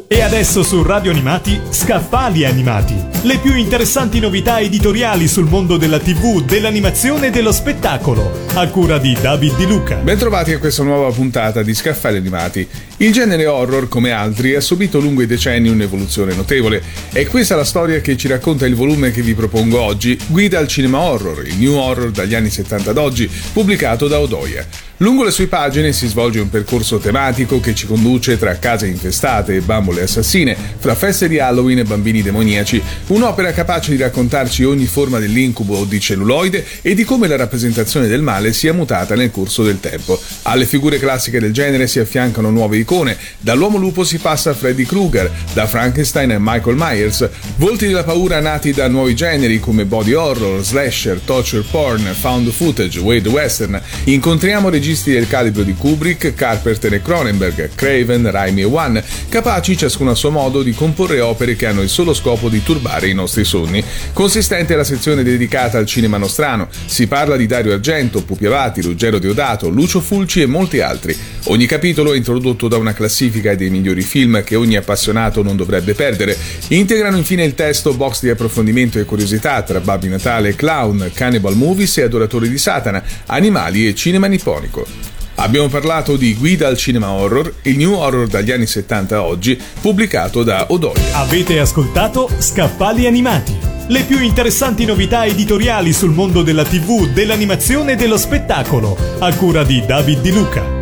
E adesso su Radio Animati, Scaffali Animati. Le più interessanti novità editoriali sul mondo della TV, dell'animazione e dello spettacolo, a cura di David Di Luca. Bentrovati a questa nuova puntata di Scaffali Animati. Il genere horror, come altri, ha subito lungo i decenni un'evoluzione notevole. È questa la storia che ci racconta il volume che vi propongo oggi, Guida al cinema horror, il new horror dagli anni 70 ad oggi, pubblicato da Odoia. Lungo le sue pagine si svolge un percorso tematico che ci conduce tra case infestate e bambole assassine, fra feste di Halloween e bambini demoniaci, un'opera capace di raccontarci ogni forma dell'incubo o di celluloide e di come la rappresentazione del male sia mutata nel corso del tempo. Alle figure classiche del genere si affiancano nuove icone, dall'uomo lupo si passa a Freddy Krueger, da Frankenstein a Michael Myers, volti della paura nati da nuovi generi come body horror, slasher, torture porn, found footage, weird western. Incontriamo registi del calibro di Kubrick, Carpenter e Cronenberg, Craven, Raimi e Wan, capaci ciascuno a suo modo di comporre opere che hanno il solo scopo di turbare i nostri sonni. Consistente è la sezione dedicata al cinema nostrano. Si parla di Dario Argento, Pupi Avati, Ruggero Deodato, Lucio Fulci e molti altri. Ogni capitolo è introdotto da una classifica dei migliori film che ogni appassionato non dovrebbe perdere. Integrano infine il testo box di approfondimento e curiosità tra Babbo Natale, Clown, Cannibal Movies e Adoratori di Satana, Animali e cinema nipponico. Abbiamo parlato di Guida al cinema horror, il new horror dagli anni 70 a oggi, pubblicato da Odoia. Avete ascoltato Scaffali Animati, le più interessanti novità editoriali sul mondo della TV, dell'animazione e dello spettacolo, a cura di David Di Luca.